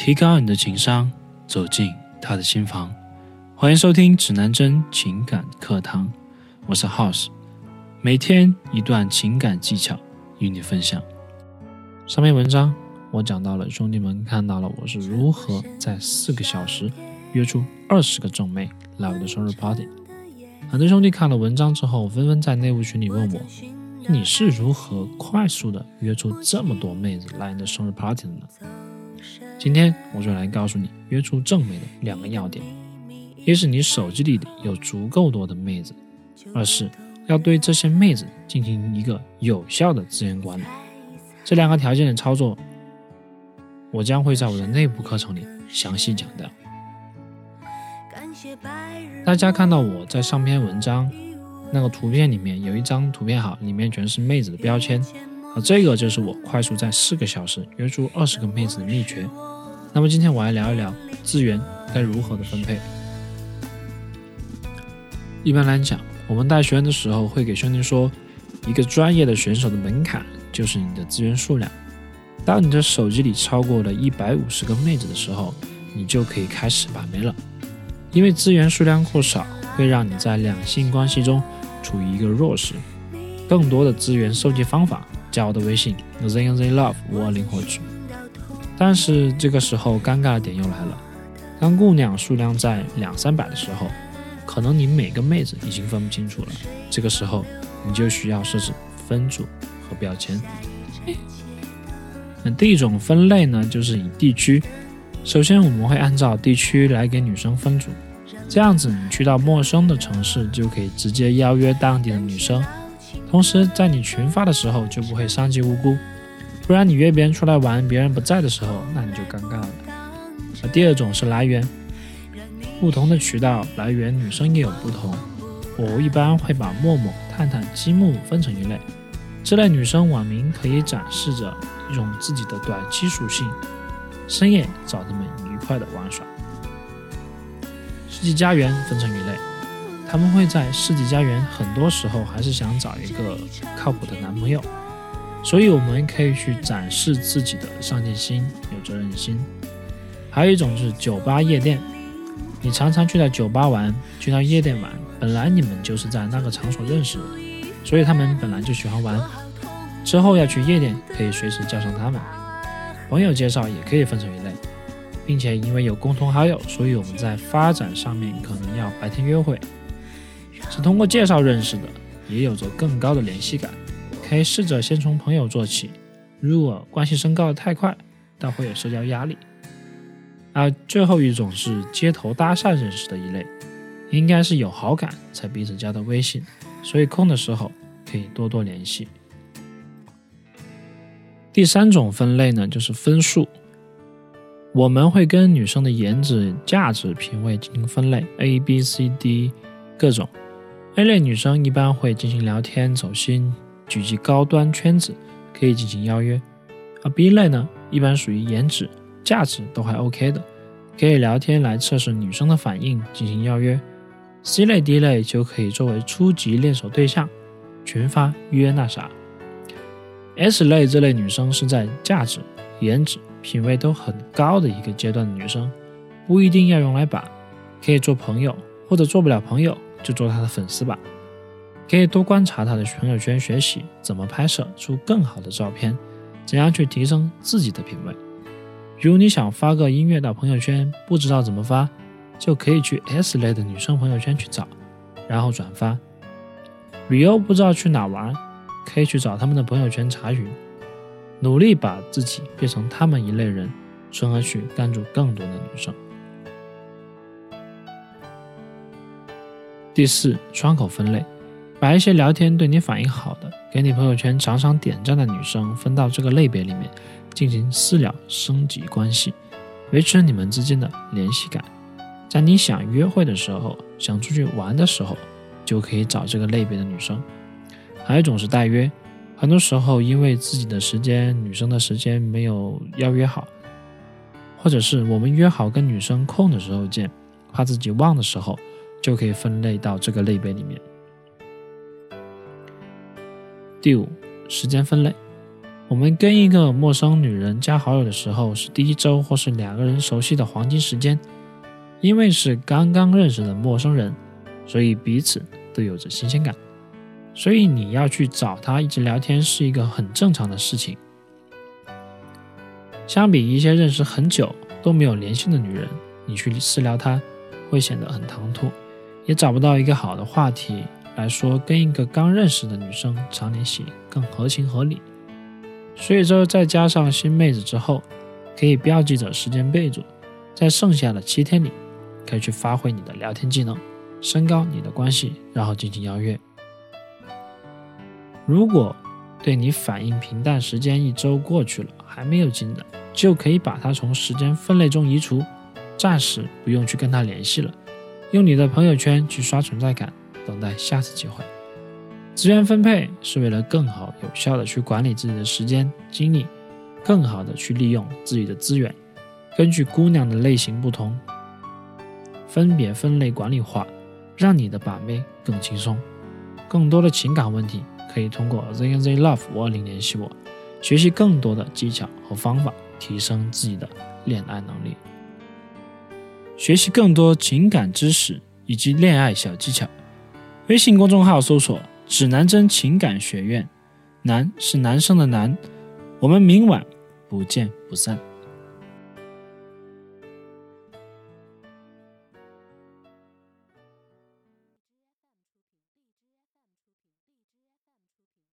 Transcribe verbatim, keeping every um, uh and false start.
提高你的情商，走进他的心房。欢迎收听指南针情感课堂，我是 House， 每天一段情感技巧与你分享。上篇文章我讲到了兄弟们看到了我是如何在四个小时约出二十个正妹来我的生日 party。 很多兄弟看了文章之后纷纷在内部群里问我，你是如何快速的约出这么多妹子来你的生日 party 的呢？今天我就来告诉你约出正妹的两个要点。一是你手机里有足够多的妹子，二是要对这些妹子进行一个有效的资源管理。这两个条件的操作我将会在我的内部课程里详细讲到。大家看到我在上篇文章那个图片里面有一张图片号，里面全是妹子的标签，而这个就是我快速在四个小时约出二十个妹子的秘诀。那么今天我来聊一聊资源该如何的分配。一般来讲，我们带学员的时候会给兄弟说，一个专业的选手的门槛就是你的资源数量。当你的手机里超过了一百五十个妹子的时候，你就可以开始把妹了。因为资源数量过少会让你在两性关系中处于一个弱势。更多的资源收集方法加我的微信 Z N Z Love 五二零获取。但是这个时候尴尬的点又来了，当姑娘数量在两三百的时候，可能你每个妹子已经分不清楚了，这个时候你就需要设置分组和标签。那第一种分类呢，就是以地区。首先我们会按照地区来给女生分组，这样子你去到陌生的城市就可以直接邀约当地的女生，同时在你群发的时候就不会伤及无辜。不然你约别人出来玩，别人不在的时候，那你就尴尬了。而第二种是来源，不同的渠道来源女生也有不同。我一般会把陌陌、探探、积木分成一类，这类女生网名可以展示着一种自己的短期属性，深夜找他们愉快的玩耍。世纪佳缘分成一类，他们会在世纪佳缘很多时候还是想找一个靠谱的男朋友，所以我们可以去展示自己的上进心、有责任心。还有一种就是酒吧夜店，你常常去到酒吧玩，去到夜店玩，本来你们就是在那个场所认识的，所以他们本来就喜欢玩，之后要去夜店可以随时叫上他们。朋友介绍也可以分成一类，并且因为有共同好友，所以我们在发展上面可能要白天约会，是通过介绍认识的，也有着更高的联系感。可以试着先从朋友做起，如果关系升高的太快，但会有社交压力。而最后一种是街头搭讪认识的一类，应该是有好感才彼此加的微信，所以空的时候可以多多联系。第三种分类呢，就是分数。我们会跟女生的颜值、价值、品味进行分类 A B C D 各种。 A 类女生一般会进行聊天走心，聚集高端圈子，可以进行邀约。而 B 类呢，一般属于颜值、价值都还 OK 的，可以聊天来测试女生的反应，进行邀约。 C 类 D 类就可以作为初级练手对象，群发约那啥。 S 类这类女生是在价值、颜值、品味都很高的一个阶段的女生，不一定要用来把，可以做朋友，或者做不了朋友就做她的粉丝吧。可以多观察她的朋友圈，学习怎么拍摄出更好的照片，怎样去提升自己的品味。比如你想发个音乐到朋友圈，不知道怎么发，就可以去 S 类的女生朋友圈去找，然后转发。旅游不知道去哪玩，可以去找他们的朋友圈查询，努力把自己变成他们一类人，从而去关注更多的女生。第四，窗口分类，把一些聊天对你反应好的，给你朋友圈常常点赞的女生分到这个类别里面，进行私聊升级关系，维持你们之间的联系感。在你想约会的时候，想出去玩的时候，就可以找这个类别的女生。还有一种是代约，很多时候因为自己的时间、女生的时间没有邀约好，或者是我们约好跟女生空的时候见，怕自己忘的时候，就可以分类到这个类别里面。第五，时间分类。 我们跟一个陌生女人加好友的时候，是第一周或是两个人熟悉的黄金时间。因为是刚刚认识的陌生人，所以彼此都有着新鲜感，所以你要去找她一直聊天是一个很正常的事情。相比一些认识很久都没有联系的女人，你去私聊她会显得很唐突，也找不到一个好的话题来说跟一个刚认识的女生常联系更合情合理。所以这再加上新妹子之后，可以标记着时间备注，在剩下的七天里可以去发挥你的聊天技能，升高你的关系，然后进行邀约。如果对你反应平淡，时间一周过去了还没有进展，就可以把它从时间分类中移除，暂时不用去跟他联系了，用你的朋友圈去刷存在感，等待下次机会。资源分配是为了更好有效的去管理自己的时间精力，更好的去利用自己的资源，根据姑娘的类型不同分别分类管理化，让你的把妹更轻松。更多的情感问题可以通过 Z N Z Love 五二零联系我，学习更多的技巧和方法，提升自己的恋爱能力。学习更多情感知识以及恋爱小技巧，微信公众号搜索指南针情感学院，男是男生的男，我们明晚不见不散。